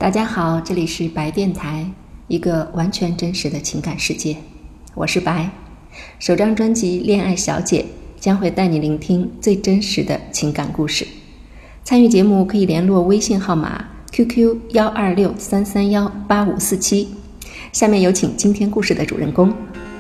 大家好，这里是白电台，一个完全真实的情感世界，我是白。首张专辑《恋爱小姐》将会带你聆听最真实的情感故事。参与节目可以联络微信号码 QQ 126-331-8547。下面有请今天故事的主人公。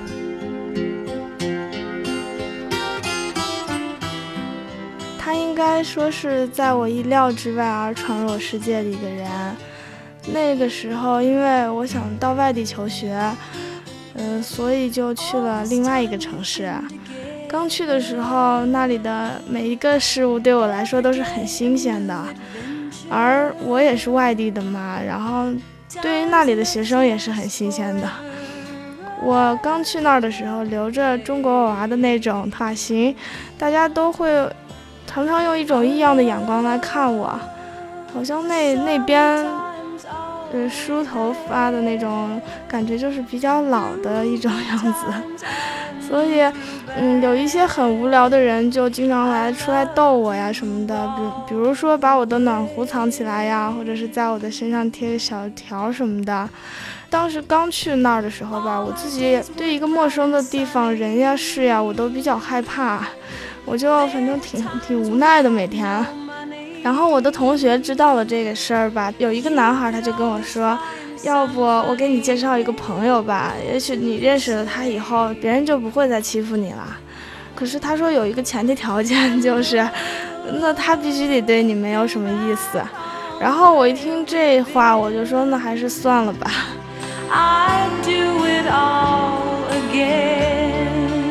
他应该说是在我意料之外而闯入我世界的一个人。那个时候因为我想到外地求学，所以就去了另外一个城市。刚去的时候，那里的每一个事物对我来说都是很新鲜的，而我也是外地的嘛，然后对于那里的学生也是很新鲜的。我刚去那儿的时候留着中国娃娃的那种发型，大家都会常常用一种异样的眼光来看我，好像那边梳头发的那种感觉就是比较老的一种样子。所以有一些很无聊的人就经常出来逗我呀什么的，比如说把我的暖壶藏起来呀，或者是在我的身上贴小条什么的。当时刚去那儿的时候吧，我自己对一个陌生的地方人呀事呀我都比较害怕，我就反正挺无奈的每天。然后我的同学知道了这个事儿吧，有一个男孩他就跟我说，要不我给你介绍一个朋友吧，也许你认识了他以后别人就不会再欺负你了。可是他说有一个前提条件，就是那他必须得对你没有什么意思。然后我一听这话我就说那还是算了吧。 I do it all again.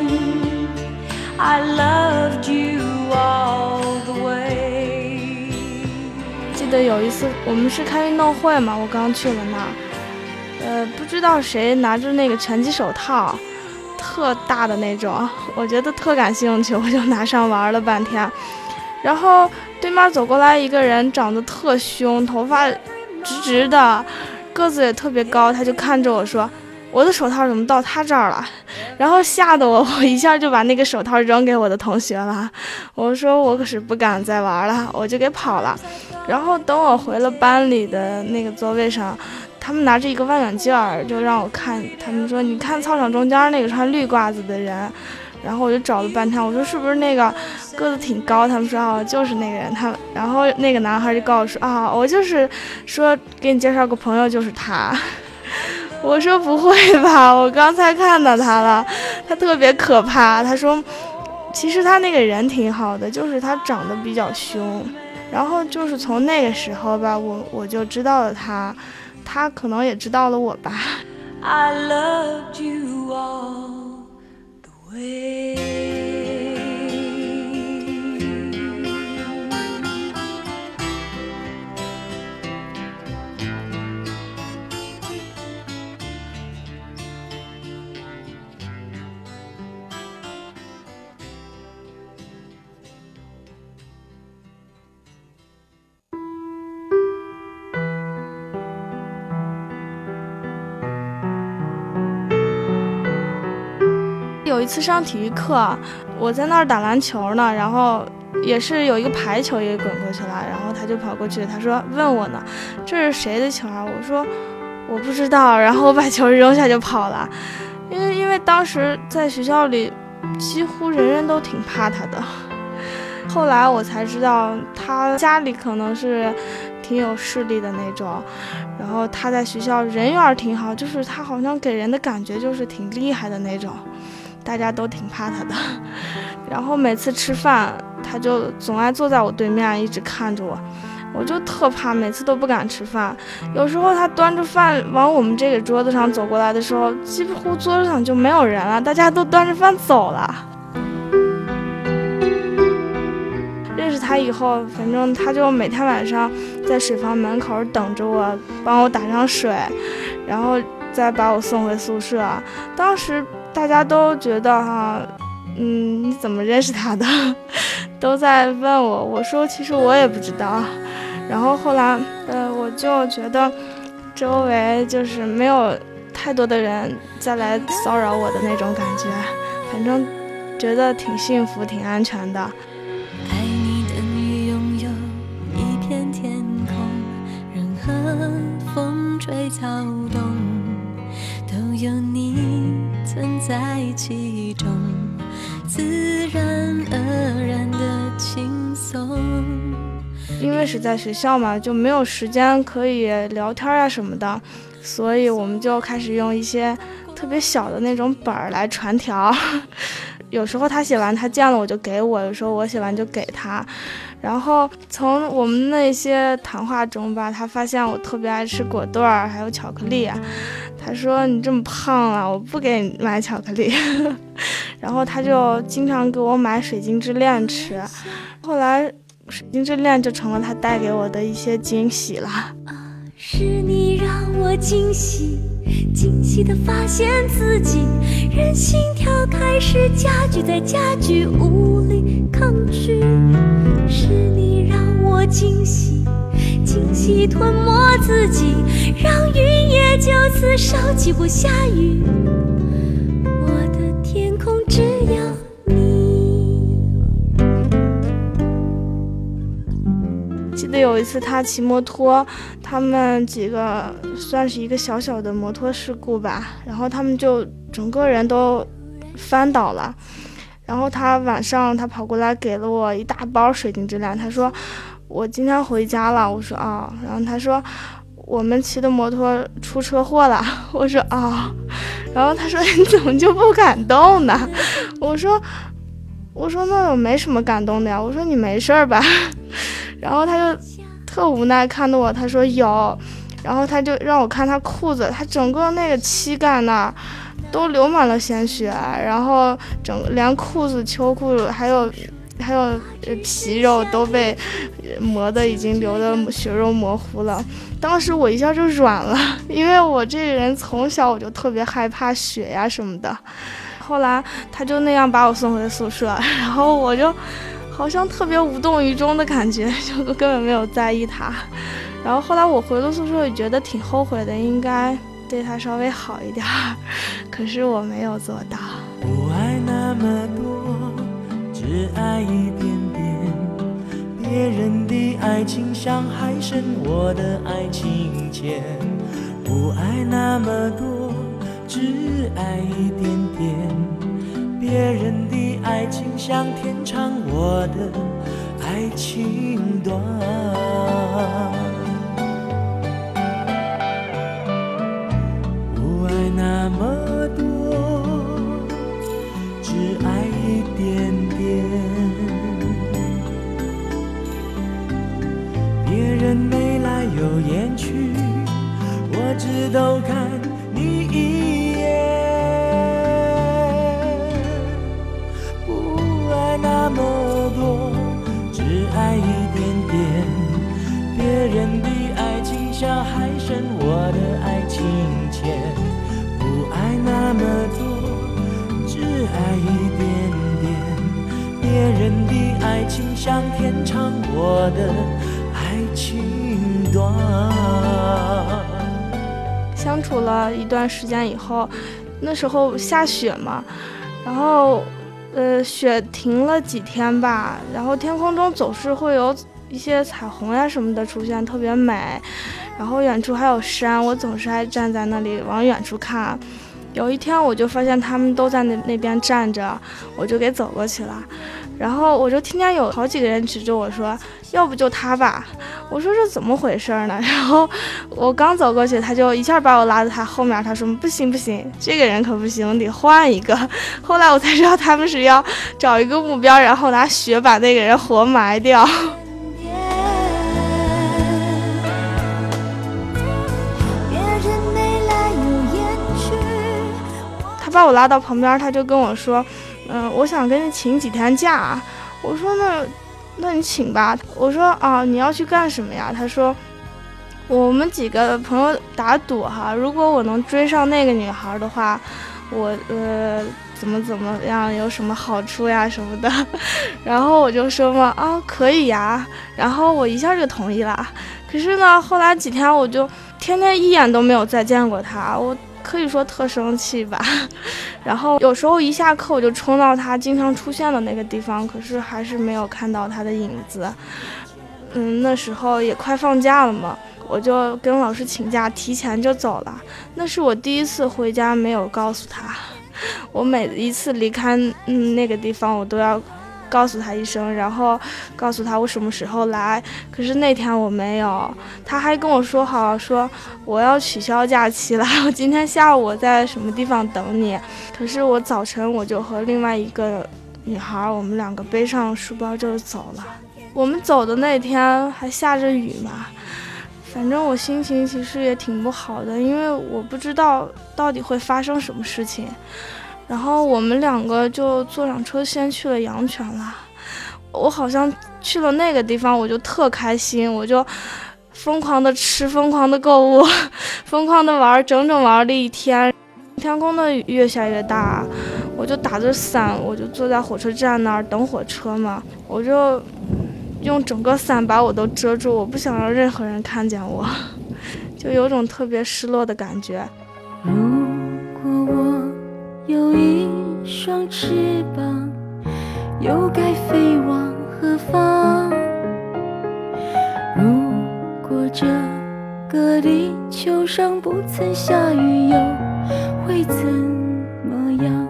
I loved you all the way. 记得有一次我们是开运动会嘛，我刚去了那儿，不知道谁拿着那个拳击手套，特大的那种，我觉得特感兴趣，我就拿上玩了半天。然后对面走过来一个人，长得特凶，头发直直的，个子也特别高，他就看着我说，我的手套怎么到他这儿了？然后吓得我一下就把那个手套扔给我的同学了。我说我可是不敢再玩了，我就给跑了。然后等我回了班里的那个座位上，他们拿着一个望远镜就让我看，他们说你看操场中间那个穿绿褂子的人。然后我就找了半天，我说是不是那个个子挺高？他们说啊，就是那个人。然后那个男孩就告诉我说啊，我就是说给你介绍个朋友，就是他。我说不会吧，我刚才看到他了，他特别可怕。他说其实他那个人挺好的，就是他长得比较凶。然后就是从那个时候吧，我就知道了他可能也知道了我吧。 I loved you all the way. 有一次上体育课，我在那儿打篮球呢，然后也是有一个排球也滚过去了，然后他就跑过去，他说问我呢，这是谁的球啊？我说我不知道，然后我把球扔下就跑了。因为当时在学校里几乎人人都挺怕他的。后来我才知道他家里可能是挺有势力的那种，然后他在学校人缘挺好，就是他好像给人的感觉就是挺厉害的那种，大家都挺怕他的。然后每次吃饭他就总爱坐在我对面一直看着我，我就特怕，每次都不敢吃饭。有时候他端着饭往我们这个桌子上走过来的时候，几乎桌子上就没有人了，大家都端着饭走了。认识他以后，反正他就每天晚上在水房门口等着我，帮我打上水，然后再把我送回宿舍。当时大家都觉得你怎么认识他的？都在问我，我说其实我也不知道。然后后来我就觉得周围就是没有太多的人再来骚扰我的那种感觉，反正觉得挺幸福挺安全的。 爱你等于拥有一片天空，任何风吹草动，都有你存在其中，自然而然的轻松。 因为是在学校嘛，就没有时间可以聊天啊什么的，所以我们就开始用一些特别小的那种本儿来传条。有时候他写完他见了我就给我，有时候我写完就给他。然后从我们那些谈话中吧，他发现我特别爱吃果冻儿还有巧克力，他说你这么胖啊，我不给你买巧克力。然后他就经常给我买水晶之恋吃，后来水晶之恋就成了他带给我的一些惊喜了。 是你让我惊喜，惊喜地发现自己，人心跳开始加剧，在加剧，无力抗拒。是你让我惊喜，惊喜吞没自己，让云也就此收起，不下雨。我的天空只有记得有一次他骑摩托，他们几个算是一个小小的摩托事故吧，然后他们就整个人都翻倒了。然后他晚上他跑过来给了我一大包水晶之恋，他说我今天回家了，我说啊，然后他说我们骑的摩托出车祸了，我说啊，然后他说你怎么就不感动呢？我说那我没什么感动的呀，我说你没事吧？然后他就特无奈看着我，他说有，然后他就让我看他裤子，他整个那个膝盖那儿都流满了鲜血，然后连裤子、秋裤还有皮肉都被磨得已经流得血肉模糊了。当时我一下就软了，因为我这个人从小我就特别害怕血呀什么的。后来他就那样把我送回宿舍，然后我就好像特别无动于衷的感觉，就根本没有在意他。然后后来我回了宿舍也觉得挺后悔的，应该对他稍微好一点，可是我没有做到。 不爱那么多，只爱一点点，别人的爱情像海深，我的爱情浅。不爱那么多，只爱一点点，别人的爱情像天长，我的爱情短。不爱那么多，只爱一点点，别人眉来有眼去，我只都看你一眼。不爱那么多，只爱一点点，别人的爱情像海深，我的爱情浅。不爱那么多，只爱一点点，别人的爱情像天长，我的爱情短。 相处了一段时间以后，那时候下雪嘛，然后雪停了几天吧，然后天空中总是会有一些彩虹呀什么的出现，特别美。然后远处还有山，我总是还站在那里往远处看。有一天我就发现他们都在那边站着，我就给走过去了。然后我就听见有好几个人指着我说，要不就他吧。我说这怎么回事呢？然后我刚走过去，他就一下把我拉到他后面，他说不行不行，这个人可不行，得换一个。后来我才知道他们是要找一个目标，然后拿雪把那个人活埋掉。把我拉到旁边，他就跟我说我想跟你请几天假。我说那你请吧。我说啊，你要去干什么呀？他说我们几个朋友打赌哈，如果我能追上那个女孩的话，我怎么样，有什么好处呀什么的。然后我就说嘛，啊可以呀，然后我一下就同意了。可是呢，后来几天我就天天一眼都没有再见过他，我可以说特生气吧。然后有时候一下课我就冲到他经常出现的那个地方，可是还是没有看到他的影子。那时候也快放假了嘛， 我就跟老师请假，提前就走了。那是我第一次回家没有告诉他，我每一次离开那个地方，我都要告诉他一声，然后告诉他我什么时候来。可是那天我没有，他还跟我说好，说我要取消假期了，我今天下午我在什么地方等你。可是我早晨我就和另外一个女孩，我们两个背上书包就走了。我们走的那天还下着雨嘛，反正我心情其实也挺不好的，因为我不知道到底会发生什么事情。然后我们两个就坐上车先去了阳泉了。我好像去了那个地方我就特开心，我就疯狂的吃，疯狂的购物，疯狂的玩，整玩了一天。天空的雨越下越大，我就打着伞，我就坐在火车站那儿等火车嘛，我就用整个伞把我都遮住，我不想让任何人看见我，就有种特别失落的感觉。 如果我有一双翅膀，又该飞往何方？如果这个地球上不曾下雨，又会怎么样？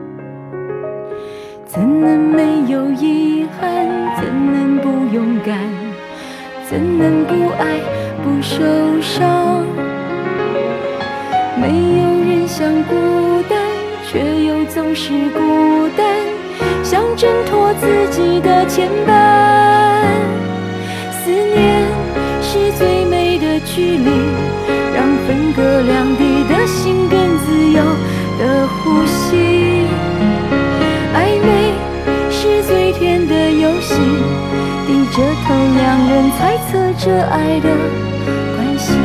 怎能没有遗憾？怎能不勇敢？怎能不爱不受伤？没有人想孤单，却又总是孤单，想挣脱自己的牵绊。思念是最美的距离，让分隔两地的心更自由的呼吸。暧昧是最甜的游戏，低着头两人猜测着爱的关系。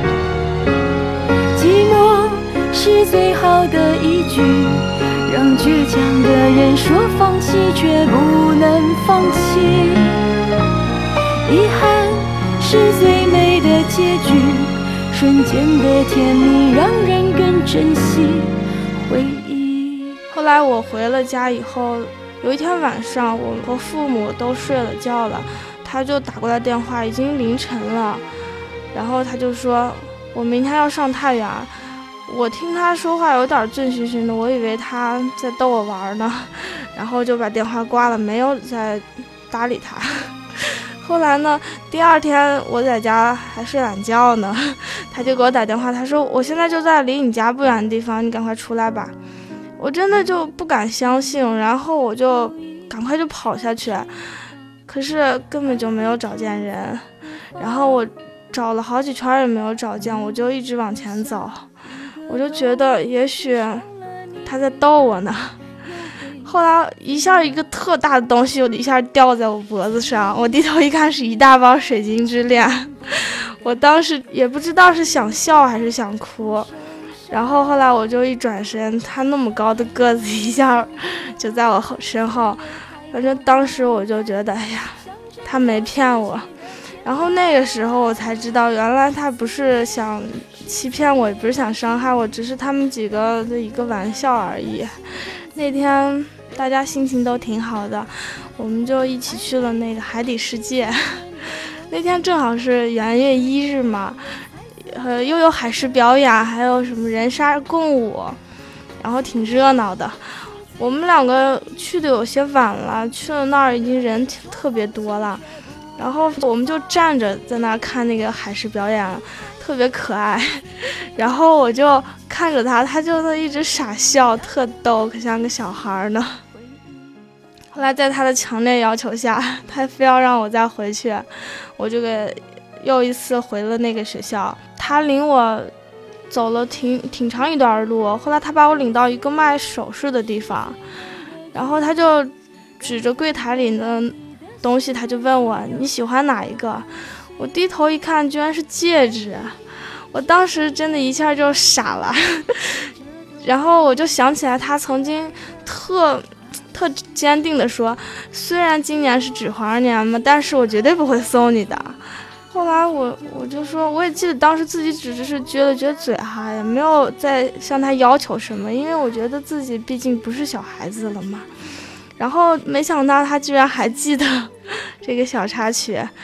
寂寞是最好的依据，让倔强的人说放弃却不能放弃。遗憾是最美的结局，瞬间的甜蜜让人更珍惜回忆。 后来我回了家以后，有一天晚上我和父母都睡了觉了，他就打过来电话，已经凌晨了，然后他就说我明天要上太原。我听他说话有点醉醺醺的，我以为他在逗我玩呢，然后就把电话挂了，没有再搭理他。后来呢，第二天我在家还睡懒觉呢，他就给我打电话，他说我现在就在离你家不远的地方，你赶快出来吧。我真的就不敢相信，然后我就赶快就跑下去，可是根本就没有找见人，然后我找了好几圈也没有找见，我就一直往前走，我就觉得也许他在逗我呢。后来一下一个特大的东西，我一下掉在我脖子上，我低头一看是一大包水晶之恋，我当时也不知道是想笑还是想哭。然后后来我就一转身，他那么高的个子一下就在我身后，反正当时我就觉得哎呀，他没骗我。然后那个时候我才知道，原来他不是想欺骗我，也不是想伤害我，只是他们几个的一个玩笑而已。那天大家心情都挺好的，我们就一起去了那个海底世界。那天正好是元月1日嘛，又有海狮表演，还有什么人鲨共舞，然后挺热闹的。我们两个去的有些晚了，去了那儿已经人特别多了，然后我们就站着在那儿看那个海狮表演，特别可爱。然后我就看着他就一直傻笑，特逗，可像个小孩呢。后来在他的强烈要求下，他非要让我再回去，我就给又一次回了那个学校。他领我走了挺长一段路，后来他把我领到一个卖首饰的地方，然后他就指着柜台里的东西，他就问我你喜欢哪一个。我低头一看，居然是戒指，我当时真的一下就傻了。然后我就想起来他曾经特坚定地说，虽然今年是指环年嘛，但是我绝对不会送你的。后来我就说，我也记得当时自己只是撅了撅嘴哈，也没有再向他要求什么，因为我觉得自己毕竟不是小孩子了嘛。然后没想到他居然还记得这个小插曲，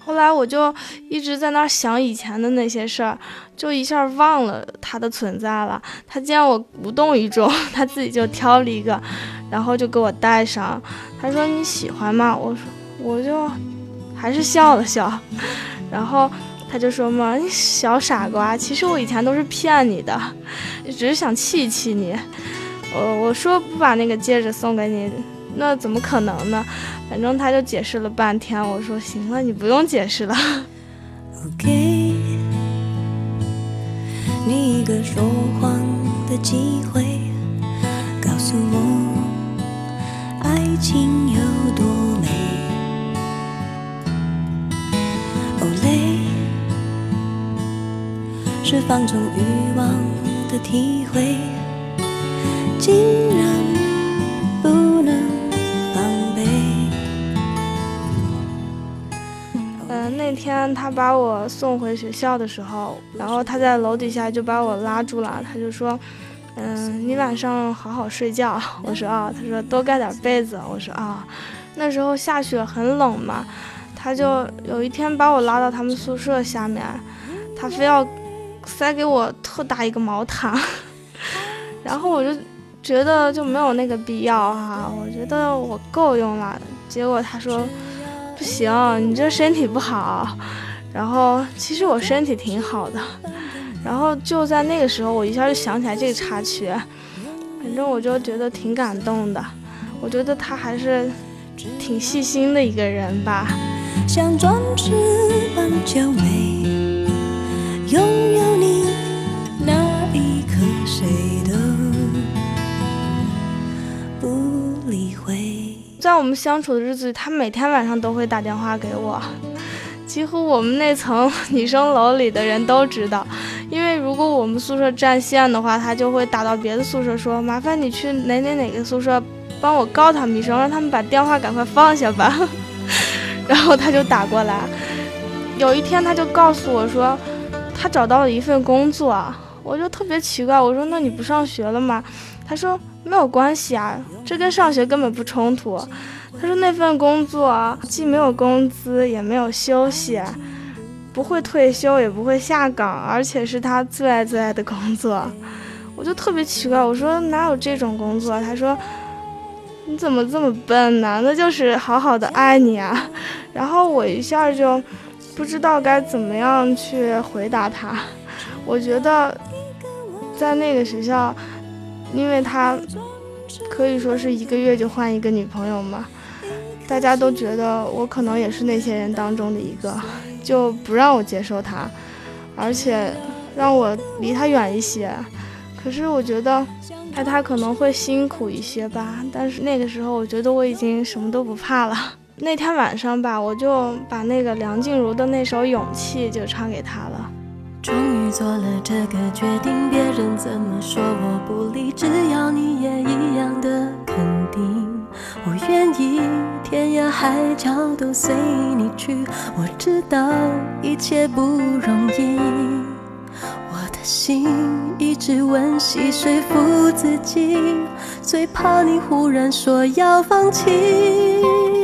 后来我就一直在那儿想以前的那些事儿，就一下忘了他的存在了。他见我无动于衷，他自己就挑了一个，然后就给我戴上。他说你喜欢吗？我就还是笑了笑，然后他就说嘛，你小傻瓜，其实我以前都是骗你的，只是想气气你。我说不把那个戒指送给你，那怎么可能呢？反正他就解释了半天，我说行了，你不用解释了。 给你一个说谎的机会，告诉我爱情有多美。哦累，释放种欲望的体会，竟然不能防备。 那天他把我送回学校的时候，然后他在楼底下就把我拉住了，他就说你晚上好好睡觉。我说啊，他说多盖点被子。我说啊，那时候下雪很冷嘛，他就有一天把我拉到他们宿舍下面，他非要塞给我特大一个毛毯，然后我就觉得就没有那个必要哈，我觉得我够用了。结果他说不行，你这身体不好。然后其实我身体挺好的，然后就在那个时候我一下就想起来这个插曲，反正我就觉得挺感动的。我觉得他还是挺细心的一个人吧。 像装翅膀就美，拥有你那一刻谁都不理会。 在我们相处的日子里，他每天晚上都会打电话给我，几乎我们那层女生楼里的人都知道。因为如果我们宿舍占线的话，他就会打到别的宿舍说，麻烦你去哪个宿舍帮我告他们一声，让他们把电话赶快放下吧。然后他就打过来，有一天他就告诉我说他找到了一份工作。我就特别奇怪，我说那你不上学了吗？他说没有关系啊，这跟上学根本不冲突。他说那份工作既没有工资也没有休息，不会退休也不会下岗，而且是他最爱的工作。我就特别奇怪，我说哪有这种工作？他说你怎么这么笨呢？那就是好好的爱你啊。然后我一下就不知道该怎么样去回答他。我觉得在那个学校，因为他可以说是1个月就换一个女朋友嘛，大家都觉得我可能也是那些人当中的一个，就不让我接受他，而且让我离他远一些。可是我觉得爱他可能会辛苦一些吧，但是那个时候我觉得我已经什么都不怕了。那天晚上吧，我就把那个梁静茹的那首《勇气》就唱给他了。 终于做了这个决定，别人怎么说我不理，只要你也一样的肯定，我愿意天涯海角都随你去。我知道一切不容易，我的心一直温习说服自己，最怕你忽然说要放弃。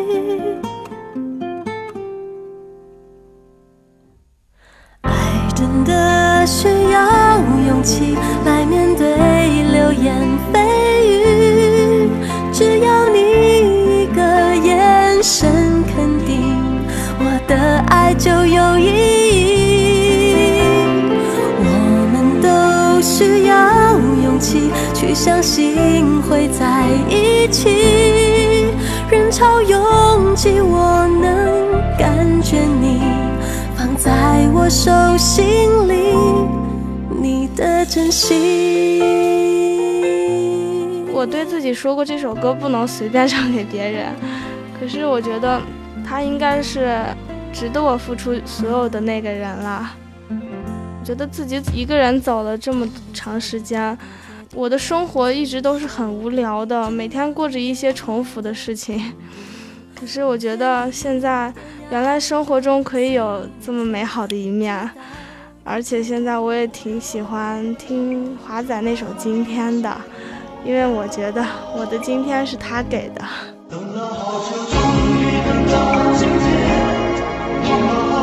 真的需要勇气来面对流言蜚语，只要你一个眼神肯定，我的爱就有意义。我们都需要勇气去相信会在一起，人潮拥挤我能感觉你放在我手心里，你的真心。 我对自己说过这首歌不能随便唱给别人，可是我觉得他应该是值得我付出所有的那个人了。我觉得自己一个人走了这么长时间，我的生活一直都是很无聊的，每天过着一些重复的事情。可是我觉得现在原来生活中可以有这么美好的一面，而且现在我也挺喜欢听华仔那首《今天》的，因为我觉得我的今天是他给的。 等了好久，终于等到今天，忘了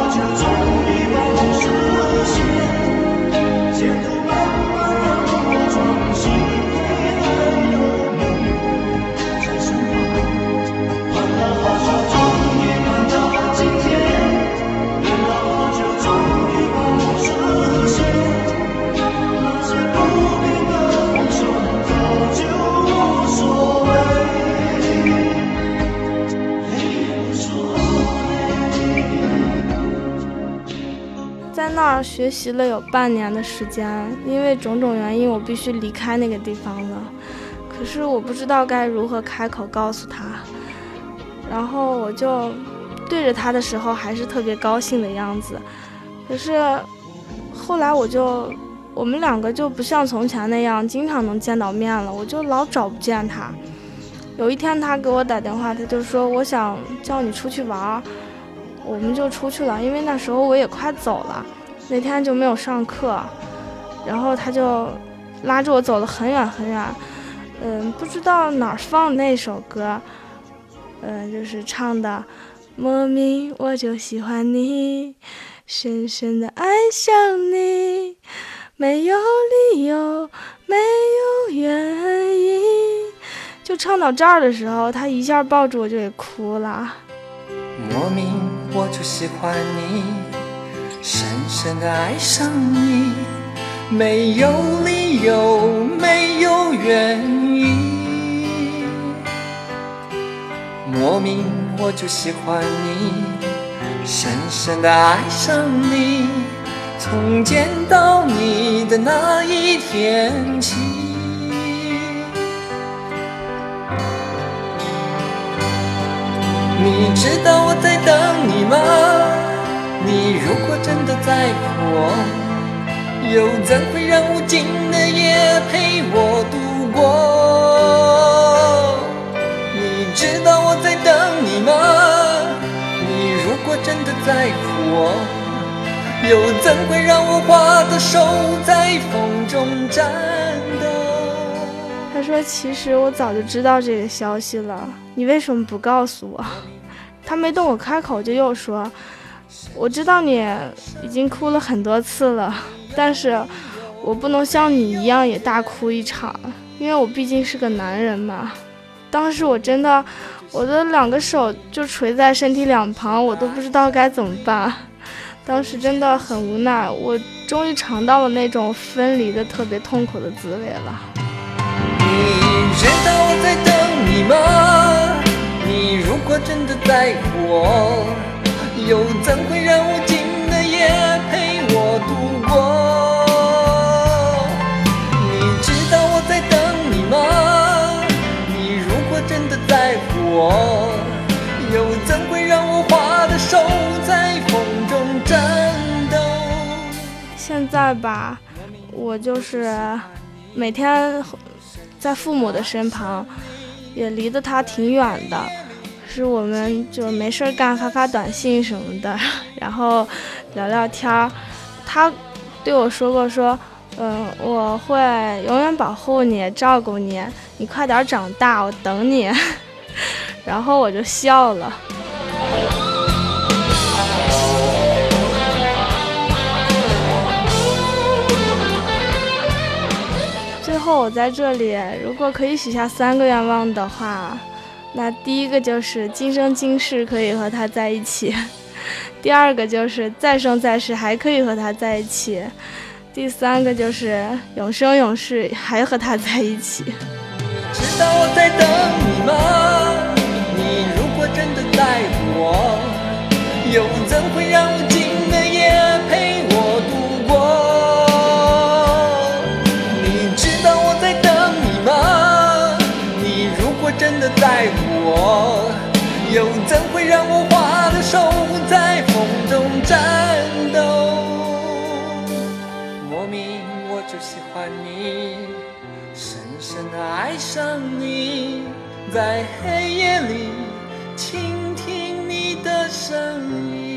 学习了有半年的时间，因为种种原因我必须离开那个地方了。可是我不知道该如何开口告诉他，然后我就对着他的时候还是特别高兴的样子。可是后来我们两个就不像从前那样经常能见到面了，我就老找不见他。有一天他给我打电话，他就说我想叫你出去玩，我们就出去了。因为那时候我也快走了，那天就没有上课，然后他就拉着我走了很远很远，不知道哪儿放那首歌，就是唱的莫名我就喜欢你，深深的爱上你，没有理由，没有原因。就唱到这儿的时候，他一下抱住我就给哭了。 莫名我就喜欢你，深深的爱上你，没有理由，没有原因。莫名我就喜欢你，深深的爱上你，从见到你的那一天起。你知道我在等你吗？你如果真的在乎我，又怎会让无尽的夜陪我度过？你知道我在等你吗？你如果真的在乎我，又怎会让我花的手在风中颤抖？ 他说其实我早就知道这个消息了，你为什么不告诉我？他没等我开口就又说，我知道你已经哭了很多次了，但是我不能像你一样也大哭一场，因为我毕竟是个男人嘛。当时我真的，我的两个手就垂在身体两旁，我都不知道该怎么办。当时真的很无奈，我终于尝到了那种分离的特别痛苦的滋味了。 你知道我在等你吗？你如果真的在乎我，又怎会让无尽的夜陪我度过？你知道我在等你吗？你如果真的在乎我，又怎会让我花的手在风中颤抖？ 现在吧，我就是每天在父母的身旁，也离得他挺远的，是我们就没事干发发短信什么的，然后聊聊天。他对我说过说，我会永远保护你，照顾你，你快点长大，我等你。然后我就笑了。最后我在这里，如果可以许下3个愿望的话，那第一个就是今生今世可以和他在一起，第2个就是再生在世还可以和他在一起，第3个就是永生永世还和他在一起。 知道我在等你吗？你如果真的在乎我，又怎会让无尽的夜陪我度过？你知道我在等你吗？你如果真的在乎我，又怎会让我花的手在风中颤抖？莫名我就喜欢你，深深地爱上你，在黑夜里倾听你的声音。